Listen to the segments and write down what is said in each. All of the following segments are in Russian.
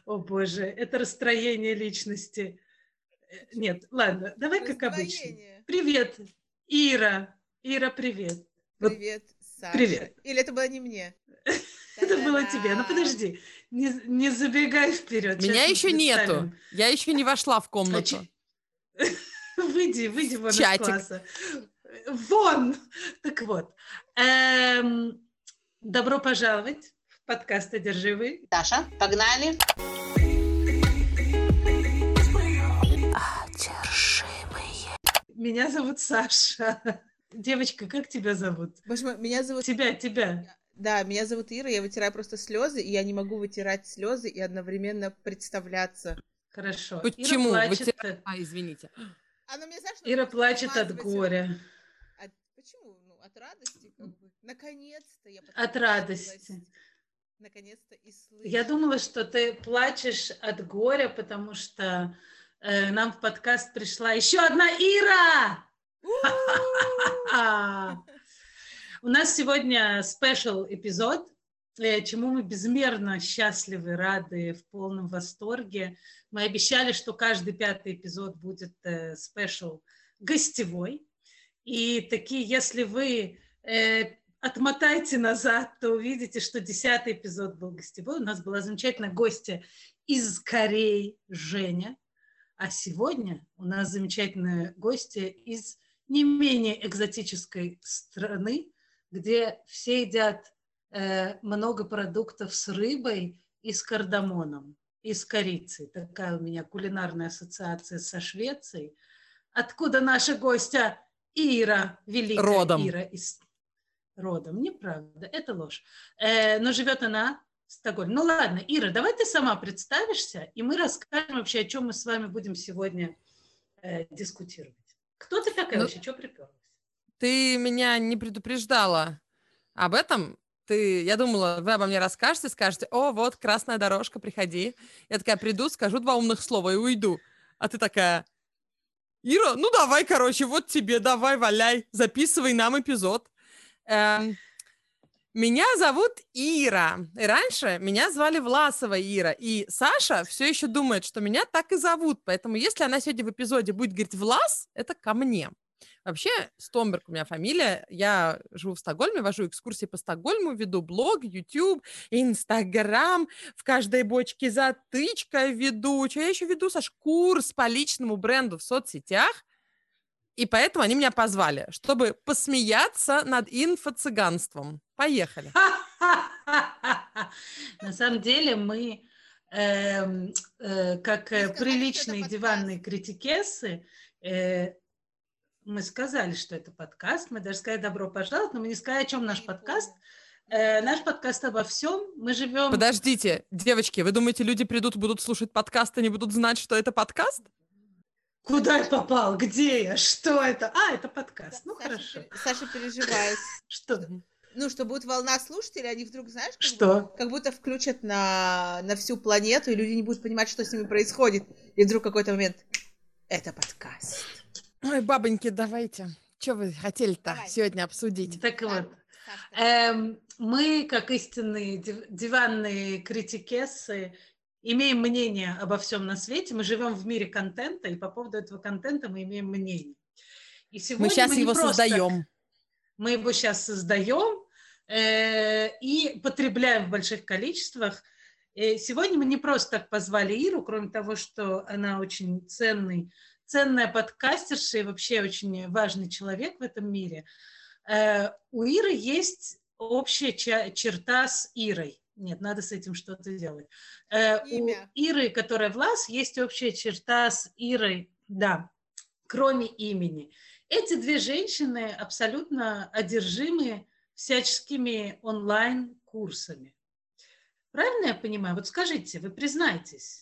О боже, это расстроение личности. Нет, ладно, давай как обычно. Привет, Ира. Ира, привет. Привет, Саша. Привет. Или это было не мне? Это было тебе. Ну подожди, не забегай вперед. Меня еще нету. Я еще не вошла в комнату. Выйди вон из Чатик. класса. Вон! Так вот. Добро пожаловать в подкаст «Одержимый». Саша, погнали. Одержимые. Меня зовут Саша. Девочка, как тебя зовут? Боже мой, меня зовут... Тебя. Да, меня зовут Ира, я вытираю просто слезы, и я не могу вытирать слезы и одновременно представляться. Хорошо. Почему? Ира плачет... извините. Ира плачет от горя. Почему? От радости, как бы. Наконец-то я от радости. Наконец-то и слышу. Я думала, что ты плачешь от горя, потому что нам в подкаст пришла еще одна Ира! У нас сегодня спешл эпизод, чему мы безмерно счастливы, рады, в полном восторге. Мы обещали, что каждый 5-й эпизод будет спешл гостевой. И такие, если вы отмотаете назад, то увидите, что 10-й эпизод был гостевой. У нас была замечательная гостья из Кореи, Женя. А сегодня у нас замечательная гостья из не менее экзотической страны, где все едят много продуктов с рыбой и с кардамоном, и с корицей. Такая у меня кулинарная ассоциация со Швецией. Откуда наша гостья Ира, великая Родом. Ира из... Родом, неправда, это ложь. Но живет она в Стокгольме. Ну ладно, Ира, давай ты сама представишься, и мы расскажем вообще, о чем мы с вами будем сегодня дискутировать. Кто ты такая вообще, что приперлась? Ты меня не предупреждала об этом. Я думала, вы обо мне расскажете, скажете: о, вот, красная дорожка, приходи. Я такая приду, скажу 2 умных слова и уйду. А ты такая: Ира, ну давай, короче, вот тебе, давай, валяй, записывай нам эпизод. Меня зовут Ира. И раньше меня звали Власова Ира. И Саша все еще думает, что меня так и зовут. Поэтому если она сегодня в эпизоде будет говорить Влас, это ко мне. Вообще, Стомберг у меня фамилия. Я живу в Стокгольме, вожу экскурсии по Стокгольму, веду блог, YouTube, Инстаграм. В каждой бочке затычка веду. Что я еще веду, Саш? Курс по личному бренду в соцсетях. И поэтому они меня позвали, чтобы посмеяться над инфо-цыганством. Поехали. На самом деле мы, как приличные диванные критикессы, мы сказали, что это подкаст, мы даже сказали добро пожаловать, но мы не сказали, о чем наш подкаст. Наш подкаст обо всем. Мы живем... Подождите, девочки, вы думаете, люди придут, будут слушать подкаст и не будут знать, что это подкаст? Куда я попал? Где я? Что это? Это подкаст. Ну, хорошо. Саша переживает. Что? Ну, что будет волна слушателей, они вдруг, знаешь, как будто включат на всю планету, и люди не будут понимать, что с ними происходит. И вдруг в какой-то момент это подкаст. Ой, бабоньки, давайте. Что вы хотели-то сегодня обсудить? Так вот, мы, как истинные диванные критикессы, имеем мнение обо всем на свете. Мы живем в мире контента, и по поводу этого контента мы имеем мнение. И сегодня мы сейчас его создаем. Мы его сейчас создаем и потребляем в больших количествах. Сегодня мы не просто так позвали Иру, кроме того, что она очень ценная подкастерша и вообще очень важный человек в этом мире. У Иры есть общая черта с Ирой. Нет, надо с этим что-то делать. У Иры, которая Влас, есть общая черта с Ирой, да, кроме имени. Эти 2 женщины абсолютно одержимы всяческими онлайн-курсами. Правильно я понимаю? Вот скажите, вы признайтесь.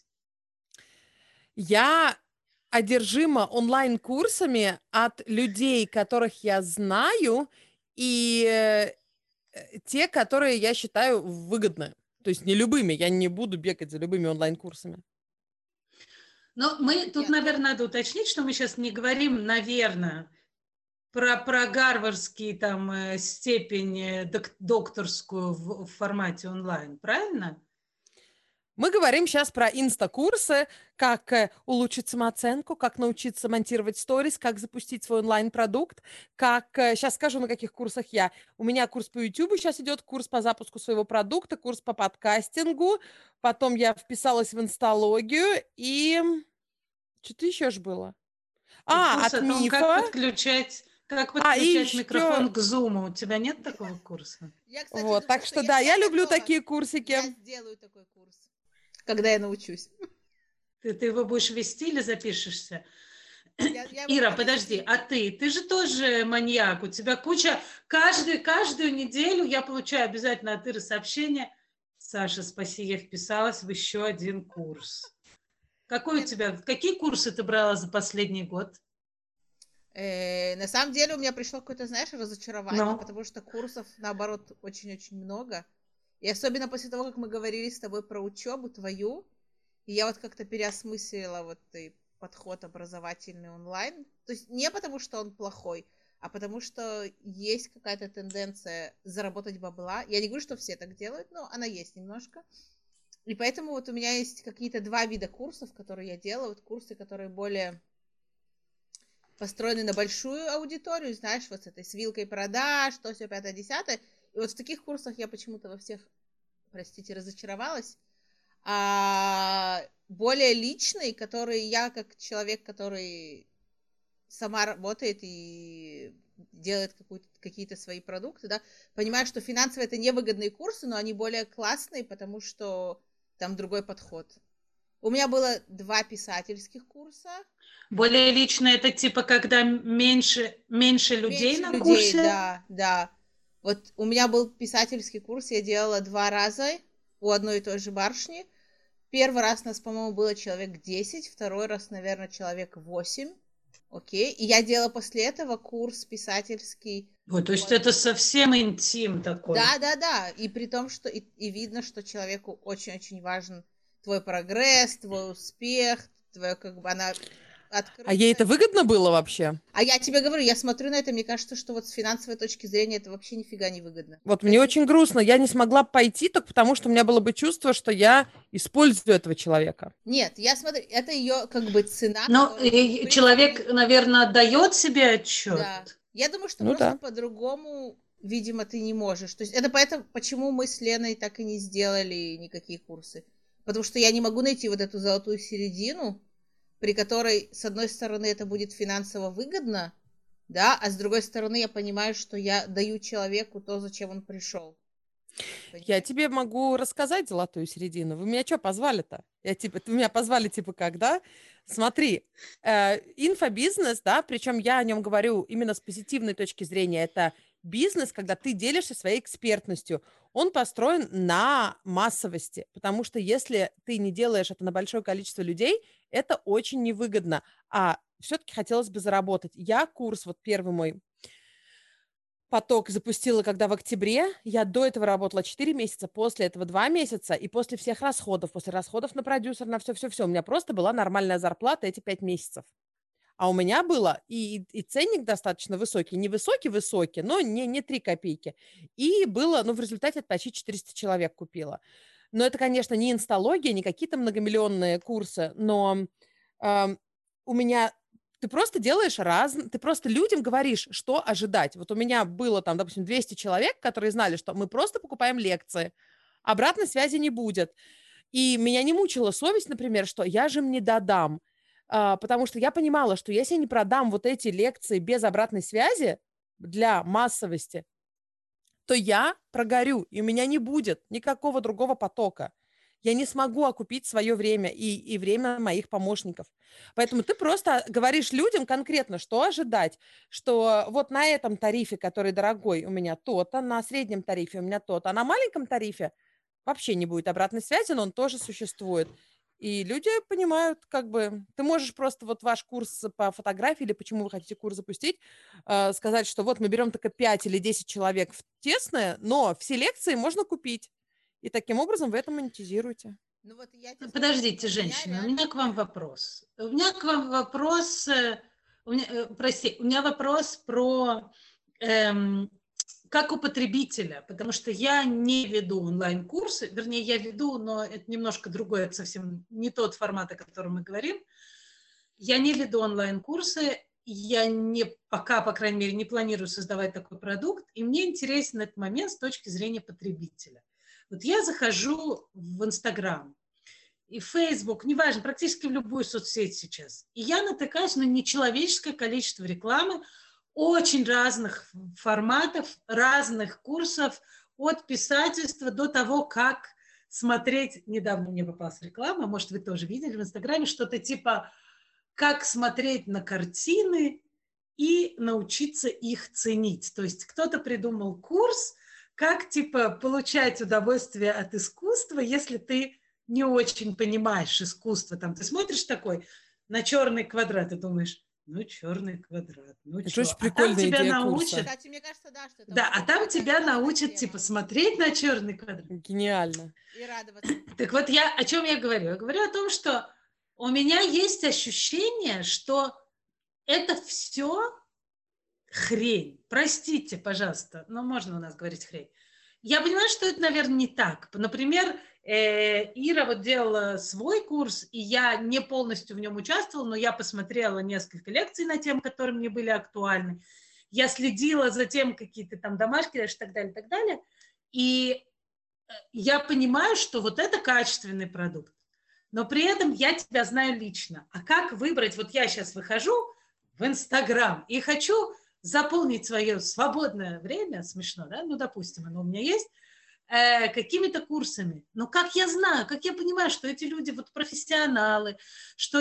Я одержима онлайн-курсами от людей, которых я знаю, и те, которые я считаю выгодны. То есть не любыми. Я не буду бегать за любыми онлайн-курсами. Но мы тут, наверное, надо уточнить, что мы сейчас не говорим, наверное, про гарвардский там степень докторскую в формате онлайн, правильно? Мы говорим сейчас про инстакурсы, как улучшить самооценку, как научиться монтировать сторис, как запустить свой онлайн-продукт, как... Сейчас скажу, на каких курсах я. У меня курс по YouTube сейчас идет, курс по запуску своего продукта, курс по подкастингу. Потом я вписалась в инсталогию и... Что-то еще ж было. Курс От о том, Мифа. как подключать еще... микрофон к Зуму. У тебя нет такого курса? Я, кстати, Вот, думаю, так что да, я люблю такие курсики. Я сделаю такой курс, когда я научусь. Ты его будешь вести или запишешься? Я Ира, подожди, а ты же тоже маньяк, у тебя куча, каждую неделю я получаю обязательно от Иры сообщение: Саша, спасибо, я вписалась в еще один курс. Какой у тебя, какие курсы ты брала за последний год? На самом деле у меня пришло какое-то, знаешь, разочарование, потому что курсов, наоборот, очень-очень много. И особенно после того, как мы говорили с тобой про учебу твою, и я вот как-то переосмыслила вот и подход образовательный онлайн. То есть не потому, что он плохой, а потому что есть какая-то тенденция заработать бабла. Я не говорю, что все так делают, но она есть немножко. И поэтому вот у меня есть какие-то два вида курсов, которые я делаю. Вот курсы, которые более построены на большую аудиторию, знаешь, вот с этой с вилкой продаж, что все 5-10. И вот в таких курсах я почему-то во всех, простите, разочаровалась. А более личный, который я как человек, который сама работает и делает какие-то свои продукты, да, понимаю, что финансово это невыгодные курсы, но они более классные, потому что там другой подход. У меня было 2 писательских курса. Более лично это типа, когда меньше людей на курсе? Да. Вот у меня был писательский курс, я делала 2 раза у одной и той же барышни. Первый раз нас, по-моему, было человек 10, второй раз, наверное, человек 8. Окей. И я делала после этого курс писательский. Ой, то есть это совсем интим такой. Да. И при том, что и видно, что человеку очень-очень важен твой прогресс, твой успех, твое, как бы, она открыта. А ей это выгодно было вообще? А я тебе говорю, я смотрю на это, мне кажется, что вот с финансовой точки зрения это вообще нифига не выгодно. Вот мне очень грустно, я не смогла пойти только потому, что у меня было бы чувство, что я использую этого человека. Нет, я смотрю, это ее как бы цена. Но человек, наверное, отдает себе отчет. Да. Я думаю, что просто по-другому, видимо, ты не можешь. То есть это поэтому, почему мы с Леной так и не сделали никакие курсы. Потому что я не могу найти вот эту золотую середину, при которой, с одной стороны, это будет финансово выгодно, да, а с другой стороны, я понимаю, что я даю человеку то, зачем он пришел. Понимаешь? Я тебе могу рассказать золотую середину. Вы меня что позвали-то? Вы меня позвали когда? Смотри, инфобизнес, да, причем я о нем говорю именно с позитивной точки зрения. Это бизнес, когда ты делишься своей экспертностью. Он построен на массовости, потому что если ты не делаешь это на большое количество людей, это очень невыгодно. А все-таки хотелось бы заработать. Я курс, вот первый мой поток запустила, когда в октябре. Я до этого работала 4 месяца, после этого 2 месяца, и после всех расходов, после расходов на продюсер, на все-все-все, у меня просто была нормальная зарплата эти 5 месяцев. А у меня было и ценник достаточно высокий, не высокий-высокий, но не 3 копейки. И было, в результате почти 400 человек купила. Но это, конечно, не инсталогия, не какие-то многомиллионные курсы, но у меня... Ты просто делаешь ты просто людям говоришь, что ожидать. Вот у меня было там, допустим, 200 человек, которые знали, что мы просто покупаем лекции, обратной связи не будет. И меня не мучила совесть, например, что я же им не додам, потому что я понимала, что если я не продам вот эти лекции без обратной связи для массовости, то я прогорю, и у меня не будет никакого другого потока. Я не смогу окупить свое время и время моих помощников. Поэтому ты просто говоришь людям конкретно, что ожидать, что вот на этом тарифе, который дорогой, у меня то-то, на среднем тарифе у меня то-то, а на маленьком тарифе вообще не будет обратной связи, но он тоже существует. И люди понимают, как бы, ты можешь просто вот ваш курс по фотографии или почему вы хотите курс запустить, сказать, что вот мы берем только 5 или 10 человек в тесное, но все лекции можно купить. И таким образом вы это монетизируете. Подождите, женщина, у меня к вам вопрос. У меня вопрос про как у потребителя, потому что я не веду онлайн-курсы, вернее, я веду, но это немножко другое, это совсем не тот формат, о котором мы говорим. Я не веду онлайн-курсы, я пока, по крайней мере, не планирую создавать такой продукт, и мне интересен этот момент с точки зрения потребителя. Вот я захожу в Инстаграм и Facebook, неважно, практически в любую соцсеть сейчас, и я натыкаюсь на нечеловеческое количество рекламы очень разных форматов, разных курсов, от писательства до того, как смотреть. Недавно мне попалась реклама, может, вы тоже видели в Инстаграме, что-то типа «Как смотреть на картины и научиться их ценить». То есть кто-то придумал курс, как типа получать удовольствие от искусства, если ты не очень понимаешь искусство. Там ты смотришь такой на черный квадрат и думаешь, ну, черный квадрат, ну, это что? очень А там прикольная тебя идея научат... курса. Кстати, мне кажется, да, что это Да, а там тебя научат, тема. типа, смотреть на черный квадрат. Гениально. И радоваться. Так вот, о чем я говорю? Я говорю о том, что у меня есть ощущение, что это все хрень. Простите, пожалуйста, но можно у нас говорить хрень. Я понимаю, что это, наверное, не так. Например, Ира вот делала свой курс, и я не полностью в нем участвовала, но я посмотрела несколько лекций на тем, которые мне были актуальны. Я следила за тем, какие-то там домашки и так далее, и так далее. И я понимаю, что вот это качественный продукт. Но при этом я тебя знаю лично. А как выбрать? Вот я сейчас выхожу в Инстаграм и хочу заполнить свое свободное время, смешно, да, ну, допустим, оно у меня есть, какими-то курсами. Но как я знаю, как я понимаю, что эти люди вот профессионалы, что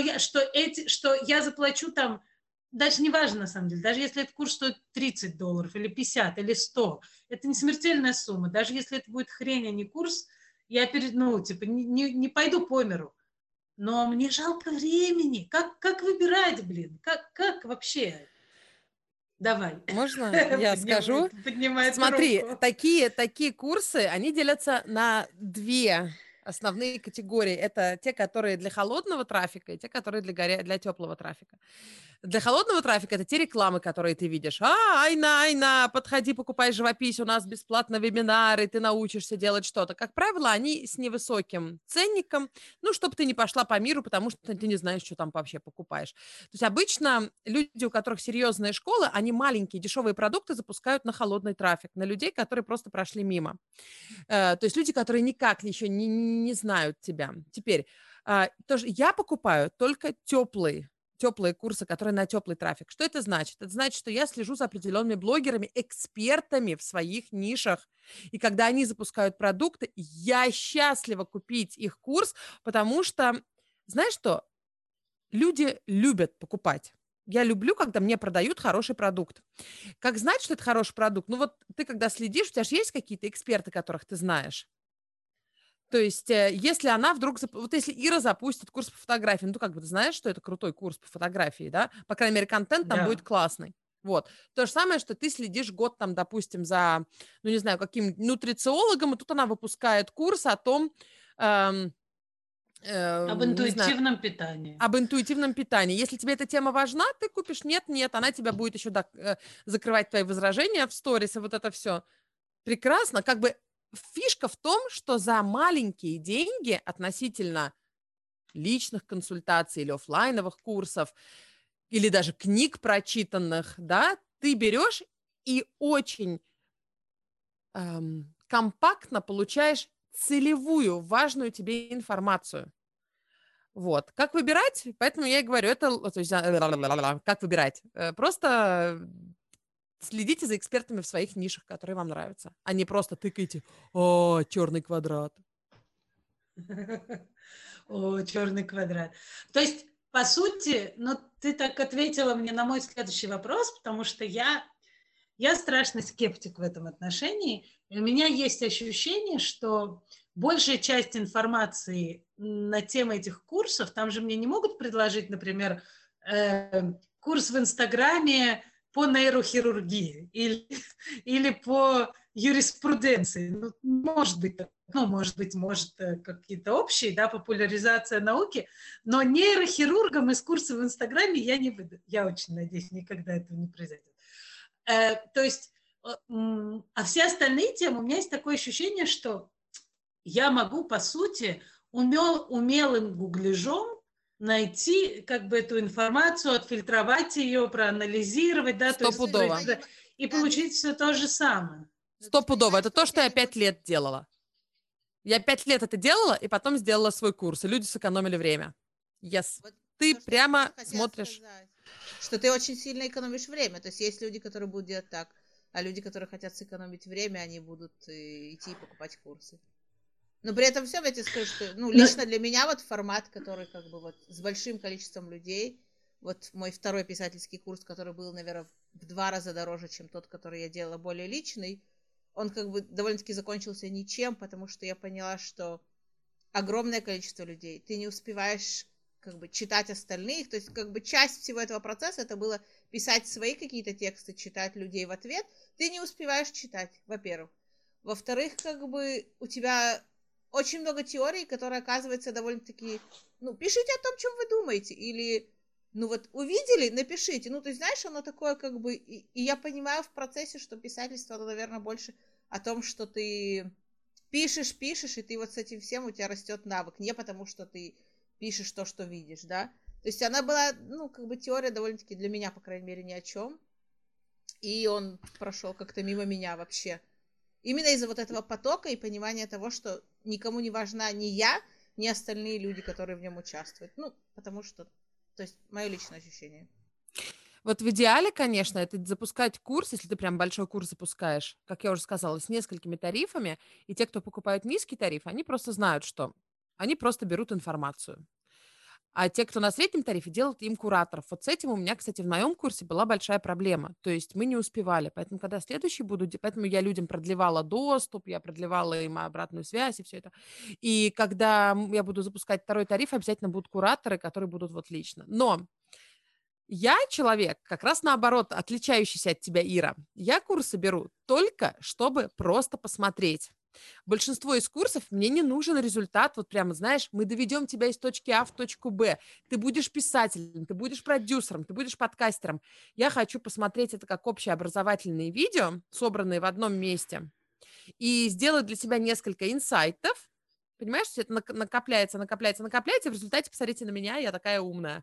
я заплачу там, даже не важно на самом деле, даже если этот курс стоит $30 или 50 или 100, это не смертельная сумма. Даже если это будет хрень, а не курс, я не пойду по миру. Но мне жалко времени. Как выбирать, блин? Как вообще? Давай. Можно я скажу? Смотри, руку. такие курсы, они делятся на две основные категории. Это те, которые для холодного трафика, и те, которые для теплого трафика. Для холодного трафика это те рекламы, которые ты видишь. Айна, подходи, покупай живопись, у нас бесплатно вебинары, ты научишься делать что-то. Как правило, они с невысоким ценником, ну, чтобы ты не пошла по миру, потому что ты не знаешь, что там вообще покупаешь. То есть обычно люди, у которых серьезные школы, они маленькие дешевые продукты запускают на холодный трафик, на людей, которые просто прошли мимо. То есть люди, которые никак еще не знают тебя. Теперь, тоже я покупаю только теплые курсы, которые на теплый трафик. Что это значит? Это значит, что я слежу за определенными блогерами, экспертами в своих нишах. И когда они запускают продукты, я счастлива купить их курс, потому что, знаешь что, люди любят покупать. Я люблю, когда мне продают хороший продукт. Как знать, что это хороший продукт? Ну вот ты когда следишь, у тебя же есть какие-то эксперты, которых ты знаешь. То есть, если она вдруг... Вот если Ира запустит курс по фотографии, ну, ты как бы ты знаешь, что это крутой курс по фотографии, да? По крайней мере, контент там будет классный. Вот. То же самое, что ты следишь год там, допустим, за, ну, не знаю, каким-нибудь нутрициологом, и тут она выпускает курс о том... об интуитивном питании. Об интуитивном питании. Если тебе эта тема важна, ты купишь. Нет, она тебя будет еще закрывать твои возражения в сторис, и вот это все. Прекрасно. Как бы фишка в том, что за маленькие деньги относительно личных консультаций или офлайновых курсов, или даже книг прочитанных, да, ты берешь и очень компактно получаешь целевую, важную тебе информацию. Вот. Как выбирать? Поэтому я и говорю, то есть, как выбирать? Просто следите за экспертами в своих нишах, которые вам нравятся, а не просто тыкайте, черный квадрат. О, черный квадрат. То есть, по сути, ну, ты так ответила мне на мой следующий вопрос, потому что я страшный скептик в этом отношении. И у меня есть ощущение, что большая часть информации на тему этих курсов, там же мне не могут предложить, например, курс в Инстаграме по нейрохирургии или по юриспруденции. Ну, может быть, какие-то общие, да, популяризация науки, но нейрохирургом из курса в Инстаграме я не выйду. Я очень надеюсь, никогда этого не произойдет. То есть а все остальные темы, у меня есть такое ощущение, что я могу, по сути, умелым гугляжом найти как бы эту информацию, отфильтровать ее, проанализировать, да, то есть Стопудово. и получить все то же самое. Стопудово. Это то, что я 5 лет делала. Я 5 лет это делала, и потом сделала свой курс, и люди сэкономили время. Yes. Вот Ты то, что прямо хотела смотришь. сказать, что ты очень сильно экономишь время. То есть есть люди, которые будут делать так, а люди, которые хотят сэкономить время, они будут идти и покупать курсы. Но при этом всем я тебе скажу, что лично для меня вот формат, который как бы вот с большим количеством людей, вот мой второй писательский курс, который был, наверное, в 2 раза дороже, чем тот, который я делала более личный, он как бы довольно-таки закончился ничем, потому что я поняла, что огромное количество людей, ты не успеваешь как бы читать остальных, то есть как бы часть всего этого процесса это было писать свои какие-то тексты, читать людей в ответ, ты не успеваешь читать, во-первых. Во-вторых, как бы у тебя очень много теорий, которые, оказывается, довольно-таки, пишите о том, чем вы думаете, или, увидели, напишите, то есть, знаешь, оно такое, как бы, и я понимаю в процессе, что писательство, оно, наверное, больше о том, что ты пишешь, и ты вот с этим всем, у тебя растет навык, не потому, что ты пишешь то, что видишь, да, то есть она была, как бы, теория довольно-таки для меня, по крайней мере, ни о чем, и он прошел как-то мимо меня вообще. Именно из-за вот этого потока и понимания того, что никому не важна ни я, ни остальные люди, которые в нем участвуют. Потому что, то есть, мое личное ощущение. Вот в идеале, конечно, это запускать курс, если ты прям большой курс запускаешь, как я уже сказала, с несколькими тарифами, и те, кто покупают низкий тариф, они просто знают, что они просто берут информацию. А те, кто на среднем тарифе, делают им кураторов. Вот с этим у меня, кстати, в моем курсе была большая проблема. То есть мы не успевали. Поэтому, когда следующий буду... Поэтому я людям продлевала доступ, я продлевала им обратную связь и все это. И когда я буду запускать второй тариф, обязательно будут кураторы, которые будут вот лично. Но я человек, как раз наоборот, отличающийся от тебя, Ира. Я курсы беру только, чтобы просто посмотреть. Большинство из курсов мне не нужен результат, вот прямо, знаешь, мы доведем тебя из точки А в точку Б, ты будешь писателем, ты будешь продюсером, ты будешь подкастером. Я хочу посмотреть это как общеобразовательные видео, собранные в одном месте, и сделать для себя несколько инсайтов. Понимаешь, все это накопляется, и в результате посмотрите на меня, я такая умная.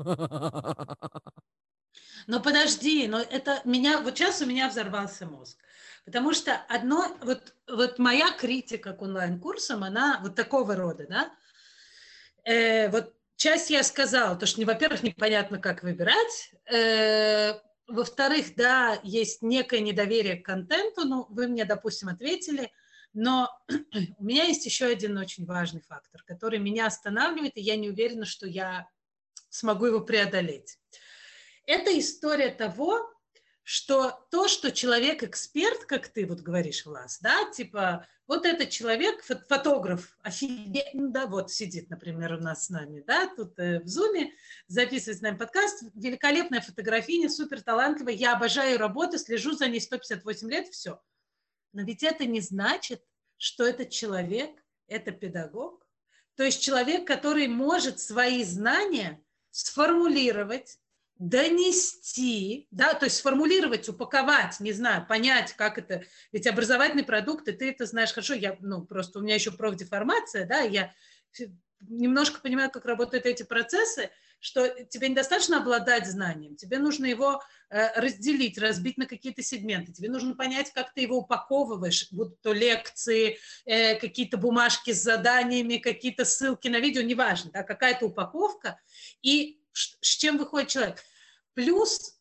Но подожди, но это меня, вот сейчас у меня взорвался мозг. Потому что вот моя критика к онлайн-курсам, она вот такого рода, да. Вот часть я сказала, то, что, во-первых, непонятно, как выбирать. Во-вторых, да, есть некое недоверие к контенту, вы мне, допустим, ответили, но у меня есть еще один очень важный фактор, который меня останавливает, и я не уверена, что я смогу его преодолеть. Это история того, что то, что человек эксперт, как ты вот говоришь, Влас, да, типа вот этот человек, фотограф, офигенно, да, вот сидит, например, у нас с нами, да, тут в Зуме, записывает с нами подкаст, великолепная фотографиня, супер талантливая, я обожаю работу, слежу за ней 158 лет, все. Но ведь это не значит, что этот человек, это педагог, то есть человек, который может свои знания сформулировать, донести, да, то есть сформулировать, упаковать, не знаю, понять, как это, ведь образовательный продукт, и ты это знаешь хорошо, я, просто у меня еще профдеформация, да, я немножко понимаю, как работают эти процессы, что тебе недостаточно обладать знанием, тебе нужно его разделить, разбить на какие-то сегменты, тебе нужно понять, как ты его упаковываешь, будут то лекции, какие-то бумажки с заданиями, какие-то ссылки на видео, неважно, да, какая-то упаковка, и с чем выходит человек. Плюс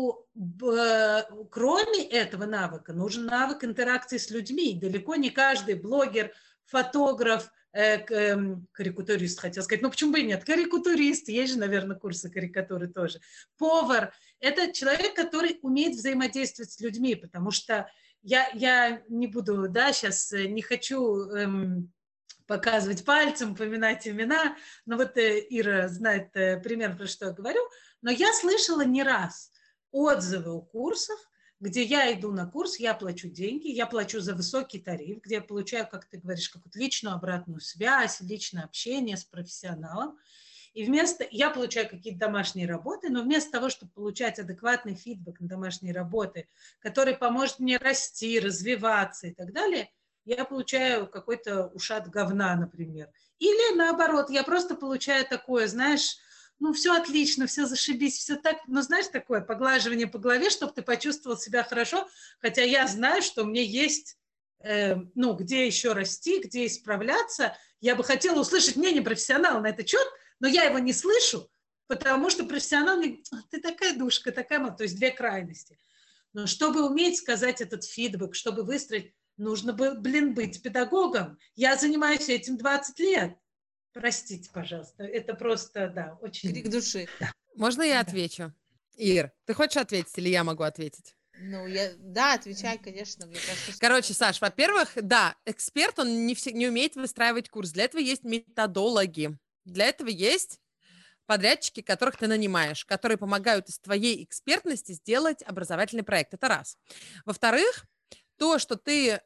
кроме этого навыка нужен навык интеракции с людьми. Далеко не каждый блогер, фотограф, карикатурист, хотел сказать, почему бы и нет, карикатурист, есть же, наверное, курсы карикатуры тоже, повар, это человек, который умеет взаимодействовать с людьми, потому что я не буду, да, сейчас не хочу показывать пальцем, упоминать имена, но вот Ира знает примерно, про что я говорю, но я слышала не раз отзывы у курсов, где я иду на курс, я плачу деньги, я плачу за высокий тариф, где я получаю, как ты говоришь, какую-то личную обратную связь, личное общение с профессионалом. И я получаю какие-то домашние работы, но вместо того, чтобы получать адекватный фидбэк на домашние работы, который поможет мне расти, развиваться и так далее, я получаю какой-то ушат говна, например. Или наоборот, я просто получаю такое, знаешь, ну, все отлично, все зашибись, все так, ну, знаешь, такое поглаживание по голове, чтобы ты почувствовал себя хорошо, хотя я знаю, что у меня есть, где еще расти, где исправляться. Я бы хотела услышать мнение профессионала на этот счет, но я его не слышу, потому что профессионал мне, ты такая душка, такая, то есть две крайности. Но чтобы уметь сказать этот фидбэк, чтобы выстроить, нужно было, быть педагогом. Я занимаюсь этим 20 лет. Простите, пожалуйста, это просто, да, очень... Крик души. Да. Можно я отвечу? Ир, ты хочешь ответить или я могу ответить? Ну, да, отвечай, конечно, мне кажется. Что Короче, Саш, во-первых, да, эксперт, он не умеет выстраивать курс. Для этого есть методологи. Для этого есть подрядчики, которых ты нанимаешь, которые помогают из твоей экспертности сделать образовательный проект. Это раз. Во-вторых, то, что ты,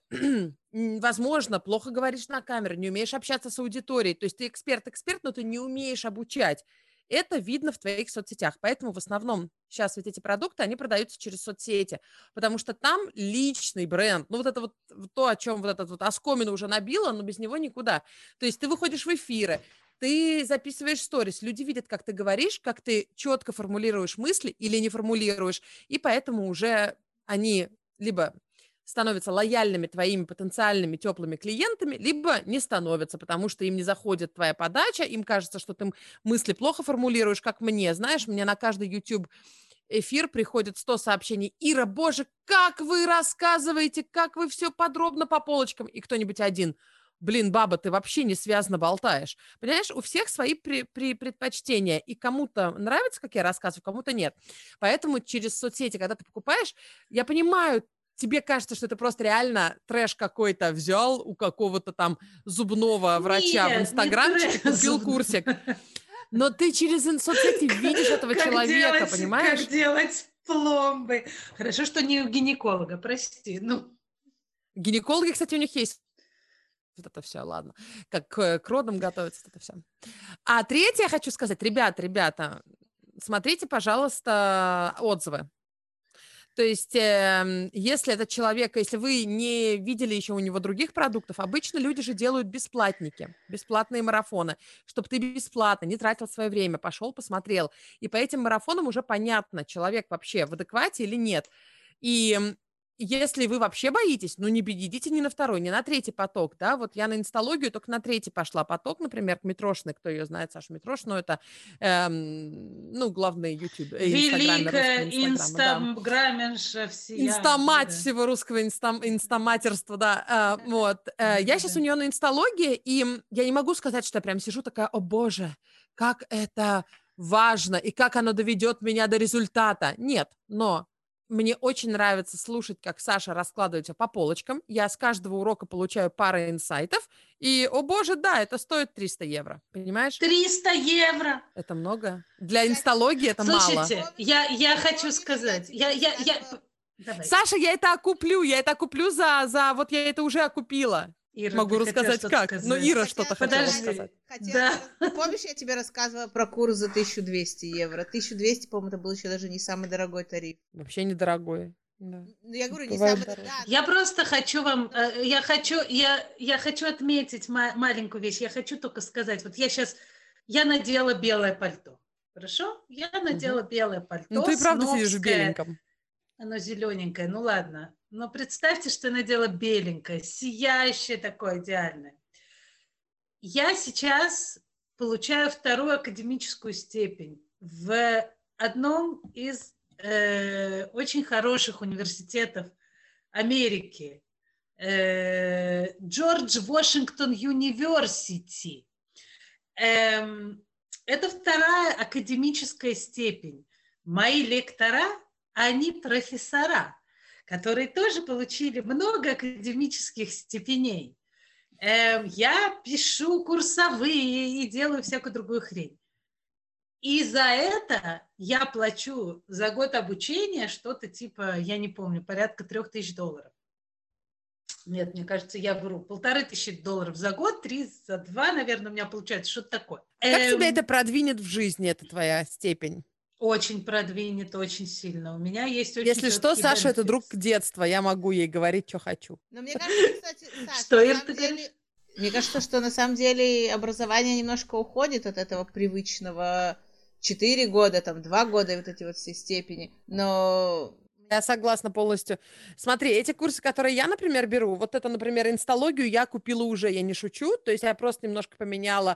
возможно, плохо говоришь на камеру, не умеешь общаться с аудиторией, то есть ты эксперт, но ты не умеешь обучать. Это видно в твоих соцсетях. Поэтому в основном сейчас вот эти продукты, они продаются через соцсети, потому что там личный бренд. Ну, вот это вот то, о чем вот этот вот оскомину уже набило, но без него никуда. То есть ты выходишь в эфиры, ты записываешь сторис, люди видят, как ты говоришь, как ты четко формулируешь мысли или не формулируешь, и поэтому уже они либо становятся лояльными твоими потенциальными теплыми клиентами, либо не становятся, потому что им не заходит твоя подача, им кажется, что ты мысли плохо формулируешь, как мне. Знаешь, мне на каждый YouTube эфир приходит 100 сообщений. Ира, боже, как вы рассказываете, как вы все подробно по полочкам. И кто-нибудь один: блин, баба, ты вообще не связно болтаешь. Понимаешь, у всех свои предпочтения. И кому-то нравится, как я рассказываю, кому-то нет. Поэтому через соцсети, когда ты покупаешь, я понимаю, тебе кажется, что это просто реально трэш какой-то взял у какого-то там зубного врача в Инстаграмчике, купил курсик. Но ты через соцсети видишь этого человека, понимаешь? Как делать пломбы. Хорошо, что не у гинеколога, прости. Гинекологи, кстати, у них есть вот это все, ладно. Как к родам готовятся, это все. А третье я хочу сказать, ребята, смотрите, пожалуйста, отзывы. То есть, если этот человек, если вы не видели еще у него других продуктов, обычно люди же делают бесплатники, бесплатные марафоны, чтобы ты бесплатно не тратил свое время, пошел, посмотрел. И по этим марафонам уже понятно, человек вообще в адеквате или нет. И если вы вообще боитесь, ну, не идите ни на второй, ни на третий поток, да, вот я на инсталогию только на третий пошла поток, например, к Митрошиной, кто ее знает, Саша Митрошину, это, главный YouTube, великая инстаграмерша всея. Инстамать всего русского инстаматерства, да, вот. Я сейчас у нее на инсталогии, и я не могу сказать, что я прям сижу такая: о боже, как это важно, и как оно доведет меня до результата. Нет, но мне очень нравится слушать, как Саша раскладывает всё по полочкам. Я с каждого урока получаю пару инсайтов. И, о боже, да, это стоит 300 евро. Понимаешь? 300 евро! Это много. Для инсталогии это мало. Слушайте, я хочу сказать. Давай. Саша, я это окуплю за... Вот я это уже окупила. Ира, могу рассказать как. Но Ира что-то хотела сказать. Да. Помнишь, я тебе рассказывала про курс за 1200 евро? 1200, по-моему, это был еще даже не самый дорогой тариф. Вообще недорогой. Да. Ну, я говорю, не самый дорогой. Я просто хочу вам... Я хочу отметить маленькую вещь. Я хочу только сказать. Вот я надела белое пальто. Хорошо? Я надела белое пальто. Ну, ты и правда сидишь в беленьком. Оно зелененькое, ну ладно. Но представьте, что я надела беленькое, сияющее такое, идеальное. Я сейчас получаю вторую академическую степень в одном из очень хороших университетов Америки. Джордж Вашингтон Юниверсити. Это вторая академическая степень. Мои лектора, они профессора, которые тоже получили много академических степеней. Я пишу курсовые и делаю всякую другую хрень. И за это я плачу за год обучения что-то типа, я не помню, порядка $3000. Нет, мне кажется, я вру. $1500 за год, 3 за 2, наверное, у меня получается что-то такое. Как тебя это продвинет в жизни, эта твоя степень? Очень продвинет, очень сильно. У меня есть очень Если что, четкие Саша это benefits. друг детства, я могу ей говорить, что хочу. Но мне кажется, кстати, Саш, Что, на Ир, самом ты деле, говоришь? мне кажется, что на самом деле образование немножко уходит от этого привычного 4 года, там, 2 года и вот эти вот все степени. Но Я согласна полностью. Смотри, эти курсы, которые я, например, беру, вот это, например, инсталогию я купила уже, я не шучу, то есть я просто немножко поменяла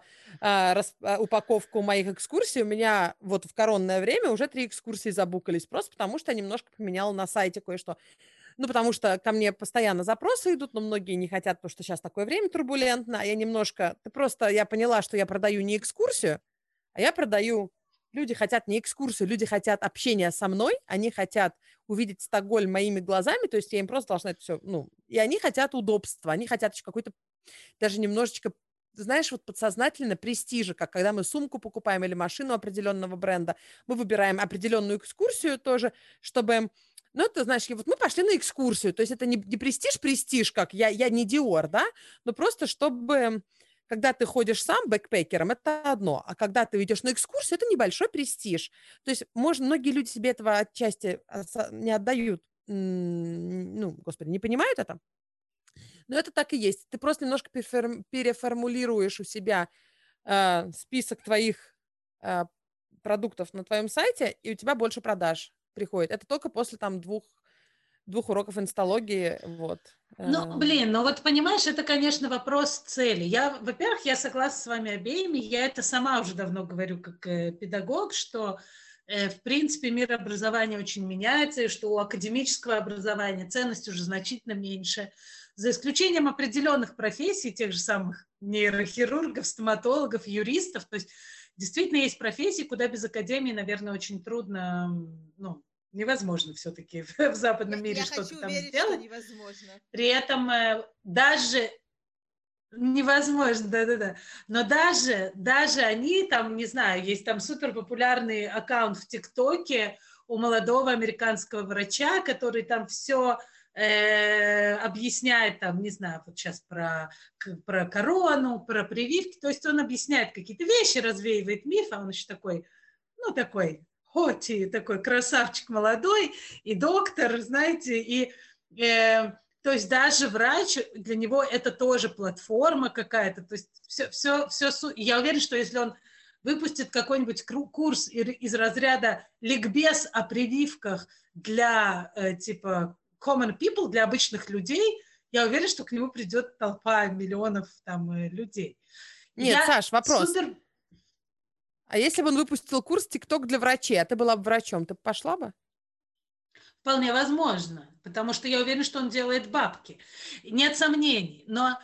упаковку моих экскурсий. У меня вот в коронное время уже 3 экскурсии забукались, просто потому что я немножко поменяла на сайте кое-что. Ну, потому что ко мне постоянно запросы идут, но многие не хотят, потому что сейчас такое время турбулентно, а я немножко... Я поняла, что я продаю не экскурсию, а я продаю... Люди хотят не экскурсию, люди хотят общения со мной, они хотят увидеть Стокгольм моими глазами, то есть я им просто должна это все... Ну, и они хотят удобства, они хотят еще какой-то даже немножечко, знаешь, вот подсознательно престижа, как когда мы сумку покупаем или машину определенного бренда, мы выбираем определенную экскурсию тоже, чтобы... Ну, это, знаешь, вот мы пошли на экскурсию, то есть это не престиж, как я не Диор, да, но просто чтобы, когда ты ходишь сам бэкпекером, это одно, а когда ты идешь на экскурсию, это небольшой престиж. То есть, многие люди себе этого отчасти не отдают, ну, господи, не понимают это, но это так и есть. Ты просто немножко переформулируешь у себя список твоих продуктов на твоем сайте, и у тебя больше продаж приходит. Это только после там двух уроков инсталогии, вот. Ну, блин, ну вот понимаешь, это, конечно, вопрос цели. Во-первых, я согласна с вами обеими, я это сама уже давно говорю как педагог, что, в принципе, мир образования очень меняется, и что у академического образования ценность уже значительно меньше, за исключением определенных профессий, тех же самых нейрохирургов, стоматологов, юристов, то есть действительно есть профессии, куда без академии, наверное, очень трудно, ну, невозможно все-таки в западном мире что-то там верить, сделать. что невозможно. При этом даже невозможно, да-да-да. Но даже они там, не знаю, есть там супер популярный аккаунт в ТикТоке у молодого американского врача, который там все объясняет, там, не знаю, вот сейчас про корону, про прививки, то есть он объясняет какие-то вещи, развеивает миф, а он еще такой, ну, такой хоти, такой красавчик молодой, и доктор, знаете, и то есть даже врач, для него это тоже платформа какая-то, то есть все, я уверена, что если он выпустит какой-нибудь курс из разряда ликбез о прививках для типа common people, для обычных людей, я уверена, что к нему придет толпа миллионов там людей. Нет, Саш, вопрос. А если бы он выпустил курс «ТикТок для врачей», а ты была бы врачом, ты пошла бы? Вполне возможно, потому что я уверена, что он делает бабки. Нет сомнений. Но,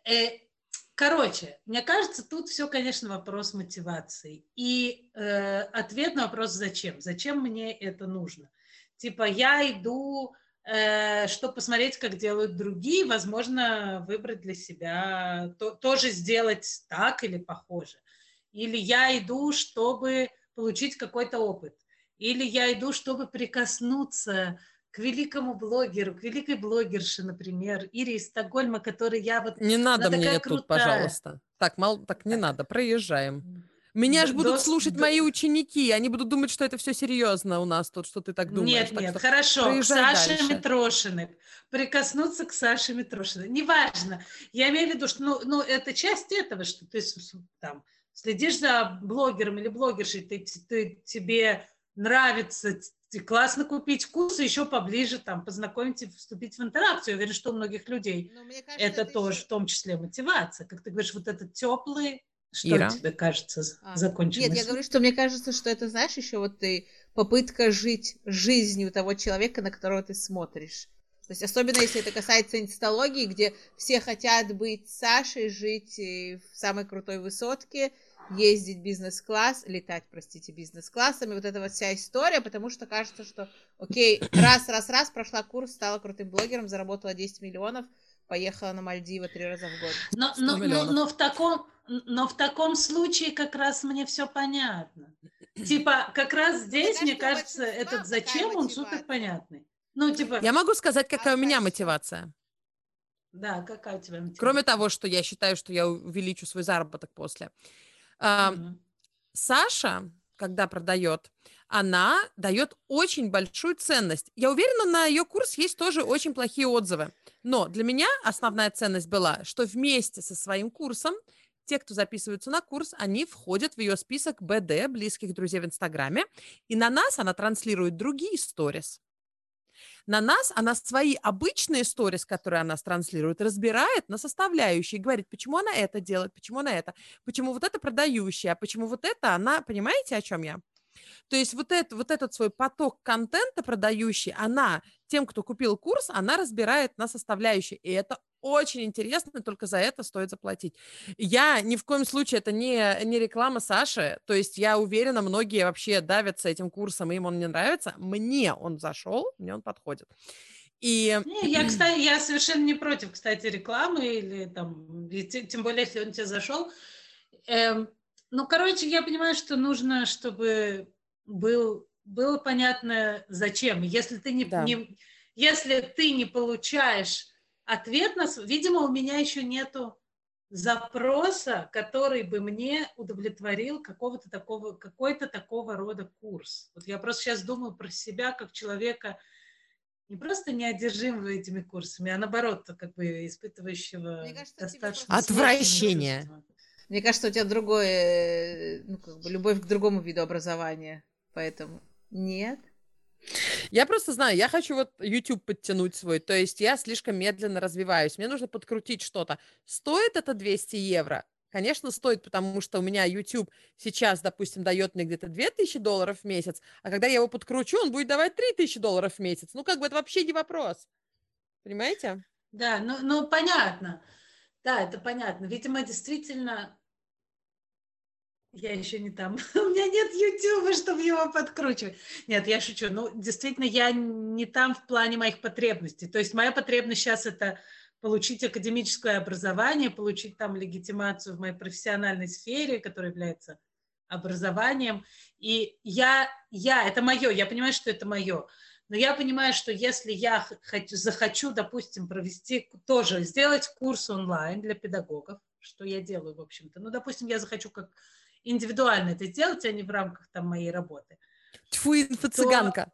короче, мне кажется, тут все, конечно, вопрос мотивации. И ответ на вопрос «зачем?». Зачем мне это нужно? Типа я иду, чтобы посмотреть, как делают другие, возможно, выбрать для себя, тоже сделать так или похоже. Или я иду, чтобы получить какой-то опыт. Или я иду, чтобы прикоснуться к великому блогеру, к великой блогерше, например, Ире из Стокгольма, которой я вот... Не надо мне крутая. тут, пожалуйста. Так, не надо, проезжаем. Меня же будут слушать мои ученики, они будут думать, что это все серьезно у нас тут, что ты так думаешь. Нет, хорошо, к Саше Митрошиной. Прикоснуться к Саше Митрошиной. Неважно. Я имею в виду, что это часть этого, что ты там следишь за блогером или блогершей, тебе нравится, классно купить курсы, еще поближе там познакомить, вступить в интеракцию. Я уверена, что у многих людей это тоже в том числе мотивация. Как ты говоришь, вот этот теплый, что Ира? тебе кажется законченным? Нет, я говорю, что мне кажется, что это, знаешь, еще вот ты попытка жить жизнью того человека, на которого ты смотришь. То есть особенно если это касается инсталогии, где все хотят быть Сашей, жить в самой крутой высотке, ездить бизнес-класс, летать, простите, бизнес-классами, вот эта вот вся история, потому что кажется, что окей, раз, прошла курс, стала крутым блогером, заработала 10 миллионов, поехала на Мальдивы 3 раза в год. Но в таком случае как раз мне все понятно. Типа как раз здесь, мне кажется, этот зачем, он супер понятный. Ну, типа... Я могу сказать, какая у меня мотивация. Да, какая у тебя мотивация? Кроме того, что я считаю, что я увеличу свой заработок после. Саша, когда продает, она дает очень большую ценность. Я уверена, на ее курс есть тоже очень плохие отзывы. Но для меня основная ценность была, что вместе со своим курсом те, кто записываются на курс, они входят в ее список БД, близких друзей в Инстаграме, и на нас она транслирует другие сторис. На нас она свои обычные сторис, которые она транслирует, разбирает на составляющие, говорит, почему она это делает, почему она это, почему вот это продающая, а почему вот это она, понимаете, о чем я? То есть вот этот свой поток контента продающий, она тем, кто купил курс, она разбирает на составляющие. И это очень интересно, только за это стоит заплатить. Я ни в коем случае, это не реклама Саши. То есть я уверена, многие вообще давятся этим курсом, и им он не нравится. Мне он зашел, мне он подходит. И... Кстати, я совершенно не против, кстати, рекламы или там, тем более, если он тебе зашел. Короче, я понимаю, что нужно, чтобы было понятно, зачем. Если ты если ты не получаешь ответ на... Видимо, у меня еще нету запроса, который бы мне удовлетворил какой-то такого рода курс. Вот я просто сейчас думаю про себя как человека, не просто неодержимого этими курсами, а наоборот, как бы испытывающего достаточно отвращение. Мне кажется, у тебя другое, любовь к другому виду образования, поэтому нет. Я просто знаю, я хочу вот YouTube подтянуть свой, то есть я слишком медленно развиваюсь, мне нужно подкрутить что-то. Стоит это 200 евро? Конечно, стоит, потому что у меня YouTube сейчас, допустим, дает мне где-то $2000 в месяц, а когда я его подкручу, он будет давать $3000 в месяц. Это вообще не вопрос. Понимаете? Да, понятно. Да, это понятно. Видимо, действительно, я еще не там. У меня нет YouTube, чтобы его подкручивать. Нет, я шучу. Действительно, я не там в плане моих потребностей. То есть моя потребность сейчас это получить академическое образование, получить там легитимацию в моей профессиональной сфере, которая является образованием. И это мое, я понимаю, что это мое. Но я понимаю, что если я захочу, допустим, сделать курс онлайн для педагогов, что я делаю, в общем-то. Допустим, я захочу как индивидуально это сделать, а не в рамках там моей работы. Тьфу, инфо-цыганка.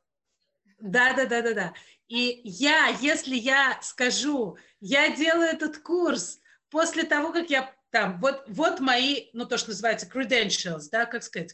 Да. И если я скажу, я делаю этот курс после того, как я там, вот мои, то, что называется credentials, да, как сказать,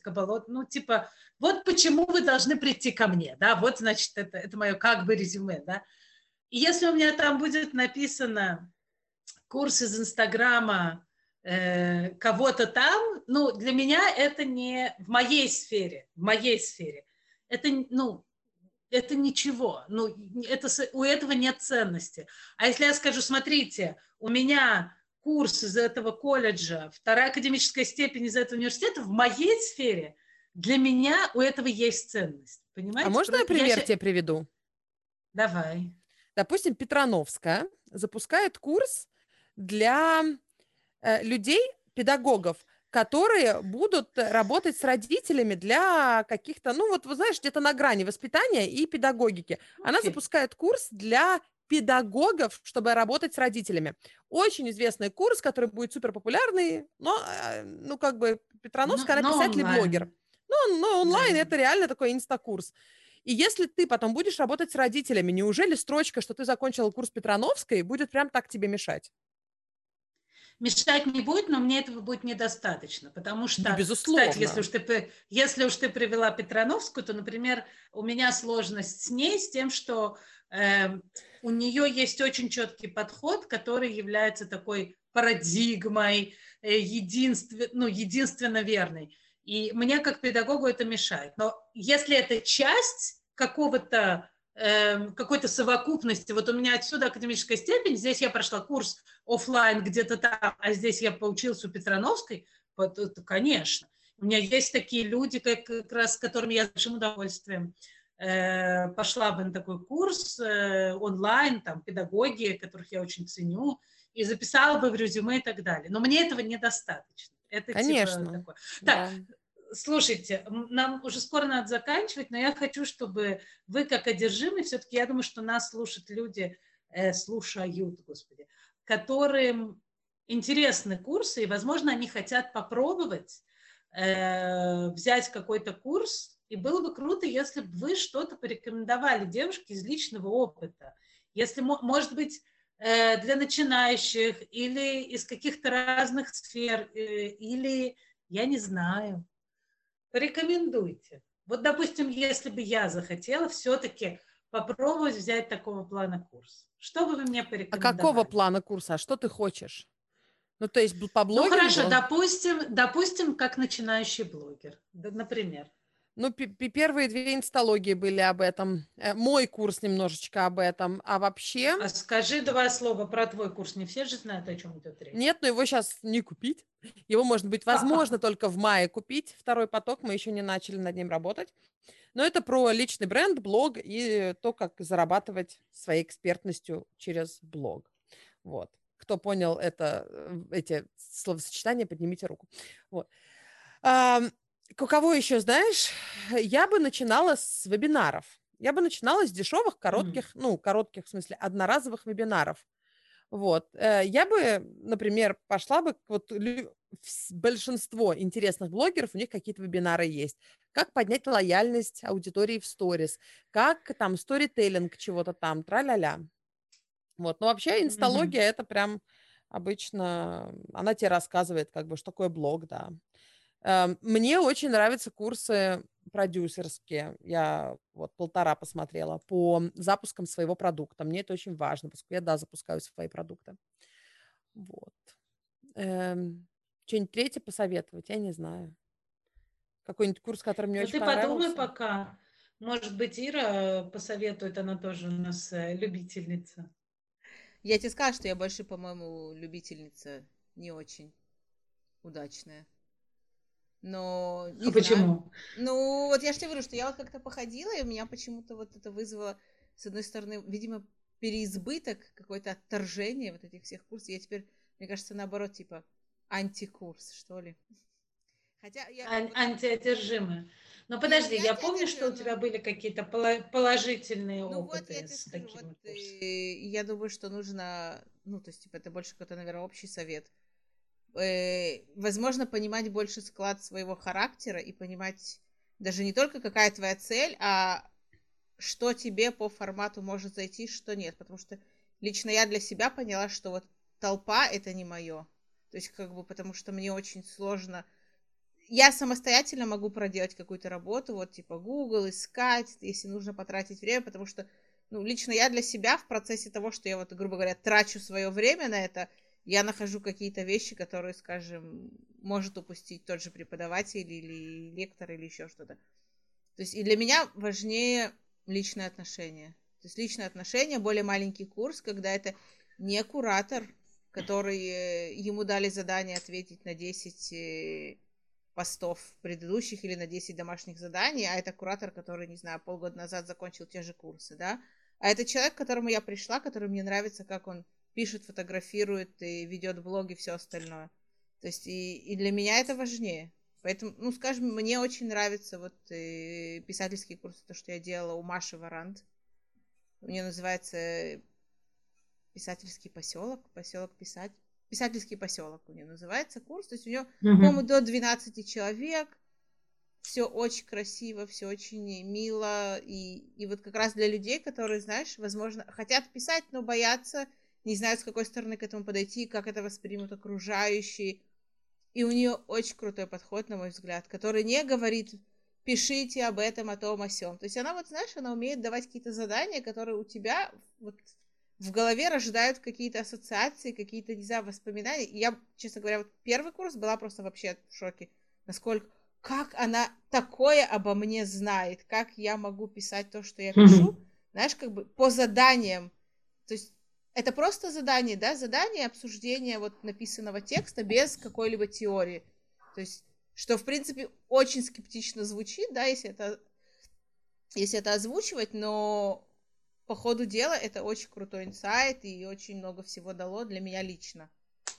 вот почему вы должны прийти ко мне, да, вот, значит, это мое как бы резюме, да. И если у меня там будет написано курс из Инстаграма кого-то там, для меня это не в моей сфере, это, это ничего, у этого нет ценности. А если я скажу, смотрите, у меня курс из этого колледжа, вторая академическая степень из этого университета, в моей сфере, для меня у этого есть ценность. Понимаете? А можно я пример тебе приведу? Давай. Допустим, Петрановская запускает курс для людей, педагогов, которые будут работать с родителями для каких-то, вы знаешь, где-то на грани воспитания и педагогики. Она запускает курс для педагогов, чтобы работать с родителями. Очень известный курс, который будет супер популярный, но, Петрановская, она писатель и блогер. Но онлайн да. Это реально такой инстакурс. И если ты потом будешь работать с родителями, неужели строчка, что ты закончила курс Петрановской, будет прям так тебе мешать? Мешать не будет, но мне этого будет недостаточно, потому что, безусловно. Кстати, если уж ты привела Петрановскую, то, например, у меня сложность с ней, с тем, что у нее есть очень четкий подход, который является такой парадигмой, единственно верной. И мне как педагогу это мешает. Но если это часть какой-то совокупности, вот у меня отсюда академическая степень, здесь я прошла курс офлайн где-то там, а здесь я поучилась у Петрановской, то, конечно. У меня есть такие люди, как раз с которыми я с большим удовольствием пошла бы на такой курс онлайн, там, педагоги, которых я очень ценю, и записала бы в резюме и так далее. Но мне этого недостаточно. Это конечно. Типа такое. Так, слушайте, нам уже скоро надо заканчивать, но я хочу, чтобы вы, как одержимые, все-таки я думаю, что нас слушают люди, которым интересны курсы, и, возможно, они хотят попробовать, взять какой-то курс, и было бы круто, если бы вы что-то порекомендовали девушке из личного опыта. Если, может быть, для начинающих или из каких-то разных сфер, или, я не знаю, порекомендуйте. Вот, допустим, если бы я захотела все-таки попробовать взять такого плана курс, что бы вы мне А порекомендовали? какого плана курса? А что ты хочешь? Ну, то есть по Ну, хорошо, блогингу? допустим, как начинающий блогер, например. Ну, первые 2 инсталогии были об этом. Мой курс немножечко об этом. А вообще... А скажи 2 слова про твой курс. Не все же знают, о чем идет речь. Нет, но его сейчас не купить. Его, может быть, возможно только в мае купить. Второй поток, мы еще не начали над ним работать. Но это про личный бренд, блог и то, как зарабатывать своей экспертностью через блог. Вот. Кто понял эти словосочетания, поднимите руку. Вот. Кого еще, знаешь, я бы начинала с вебинаров. Я бы начинала с дешевых, коротких, коротких, в смысле, одноразовых вебинаров. Вот. Я бы, например, пошла бы, вот большинство интересных блогеров, у них какие-то вебинары есть. Как поднять лояльность аудитории в сторис, как там сторителлинг чего-то там, тра-ля-ля. Вот. Но вообще инсталогия это прям обычно, она тебе рассказывает, как бы, что такое блог, да. Мне очень нравятся курсы продюсерские. Я вот 1,5 посмотрела по запускам своего продукта. Мне это очень важно, поскольку я, да, запускаю свои продукты. Вот. Что-нибудь третье посоветовать? Я не знаю. Какой-нибудь курс, который мне Ну, очень ты подумай понравился. пока. Может быть, Ира посоветует, она тоже у нас любительница. Я тебе скажу, что я больше, по-моему, любительница не очень удачная. Но не А знаю. почему? Ну, вот я же тебе говорю, что я вот как-то походила, и у меня почему-то вот это вызвало, с одной стороны, видимо, переизбыток, какое-то отторжение вот этих всех курсов. Я теперь, мне кажется, наоборот, типа антикурс, что ли. Хотя я... Антиодержимые. Но Не, подожди, не я помню, что у антиодержимая, тебя были какие-то положительные ну вот я опыты тебе с скажу, вот такими курсами. я думаю, что нужно, ну, то есть, типа, это больше какой-то, наверное, общий совет. Возможно, понимать больше склад своего характера и понимать даже не только какая твоя цель, а что тебе по формату может зайти, что нет. Потому что лично я для себя поняла, что вот толпа это не мое. То есть, как бы, потому что мне очень сложно. Я самостоятельно могу проделать какую-то работу, вот типа Google, искать, если нужно потратить время, потому что, ну, лично я для себя в процессе того, что я вот, грубо говоря, трачу свое время на это, я нахожу какие-то вещи, которые, скажем, может упустить тот же преподаватель или лектор или еще что-то. То есть и для меня важнее личные отношения. То есть личные отношения, более маленький курс, когда это не куратор, который ему дали задание ответить на 10 постов предыдущих или на 10 домашних заданий, а это куратор, который, не знаю, полгода назад закончил те же курсы, да. А это человек, к которому я пришла, который мне нравится, как он пишет, фотографирует и ведет блог и все остальное. То есть и для меня это важнее. Поэтому, ну, скажем, мне очень нравится вот писательские курсы, то, что я делала у Маши Варант. У нее называется писательский поселок писательский поселок у нее называется курс. То есть у нее, по-моему, до 12 человек. Все очень красиво, все очень мило. И вот как раз для людей, которые, знаешь, возможно, хотят писать, но боятся, не знают, с какой стороны к этому подойти, как это воспримут окружающие. И у нее очень крутой подход, на мой взгляд, который не говорит, пишите об этом, о том, о сём. То есть она вот, знаешь, она умеет давать какие-то задания, которые у тебя вот в голове рождают какие-то ассоциации, какие-то, не знаю, воспоминания. И я, честно говоря, вот первый курс была просто вообще в шоке. Насколько, как она такое обо мне знает, как я могу писать то, что я пишу, знаешь, как бы по заданиям. То есть это просто задание, да, задание обсуждения вот написанного текста без какой-либо теории. То есть, что, в принципе, очень скептично звучит, да, если это озвучивать, но по ходу дела это очень крутой инсайт и очень много всего дало для меня лично.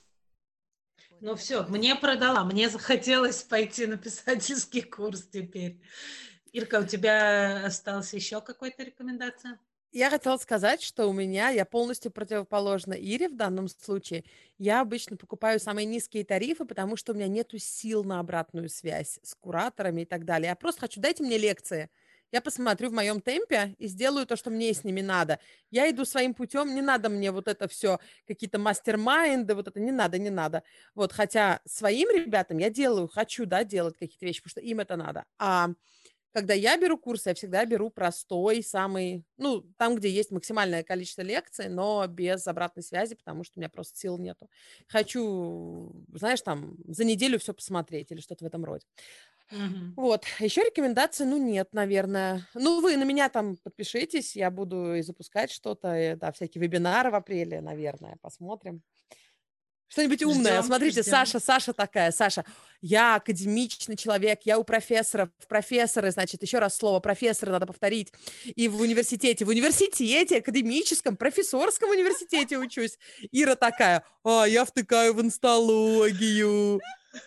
Ну все, мне продала, мне захотелось пойти на писательский курс теперь. Ирка, у тебя осталась еще какая-то рекомендация? Я хотела сказать, что я полностью противоположна Ире в данном случае. Я обычно покупаю самые низкие тарифы, потому что у меня нету сил на обратную связь с кураторами и так далее. Я просто хочу, дайте мне лекции. Я посмотрю в моем темпе и сделаю то, что мне с ними надо. Я иду своим путем, не надо мне вот это все, какие-то мастер-майнды, вот это не надо, не надо. Вот, хотя своим ребятам я хочу, да, делать какие-то вещи, потому что им это надо. А когда я беру курсы, я всегда беру простой, самый, ну, там, где есть максимальное количество лекций, но без обратной связи, потому что у меня просто сил нету. Хочу, знаешь, там, за неделю все посмотреть или что-то в этом роде. Вот. Еще рекомендаций, нет, наверное. Вы на меня там подпишитесь, я буду и запускать что-то, да, всякие вебинары в апреле, наверное, посмотрим. Что-нибудь умное. Смотрите, ждем. Саша такая. Саша, я академичный человек, я у профессоров. Профессоры, значит, еще раз слово профессоры надо повторить. И в университете, академическом, профессорском университете учусь. Ира такая, я втыкаю в инсталогию.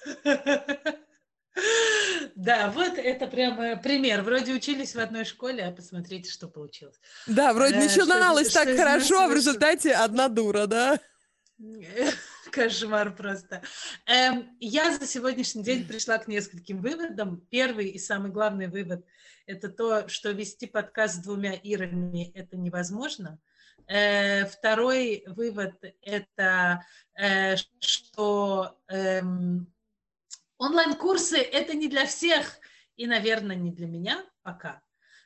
Да, вот это прямо пример. Вроде учились в одной школе, а посмотрите, что получилось. Да, вроде начиналось так хорошо, а в вышло? результате одна дура, да? Кошмар просто. Я за сегодняшний день пришла к нескольким выводам. Первый и самый главный вывод – это то, что вести подкаст с 2 Ирами – это невозможно. Второй вывод – это что онлайн-курсы – это не для всех и, наверное, не для меня пока.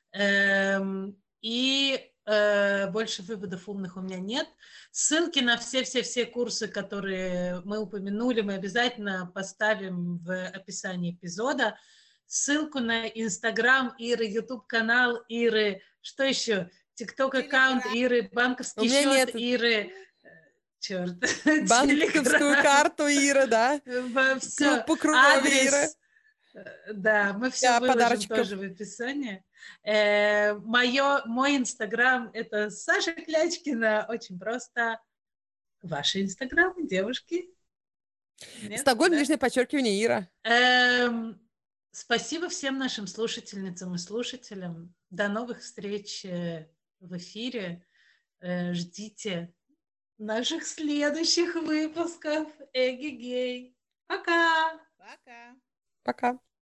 И больше выводов умных у меня нет. Ссылки на все курсы, которые мы упомянули, мы обязательно поставим в описании эпизода. Ссылку на Инстаграм Иры, Ютуб-канал Иры, что еще? ТикТок-аккаунт Иры, банковский счет Иры. Черт. Банковскую карту Иры, да? Все. По крови Иры. Да, мы все выложим тоже в описании. Мой инстаграм – это Саша Клячкина. Очень просто. Ваши инстаграмы, девушки? Стокгольм, нижнее подчеркивание, Ира. Спасибо всем нашим слушательницам и слушателям. До новых встреч в эфире. Ждите наших следующих выпусков. Эгегей. Пока. Пока. Пока.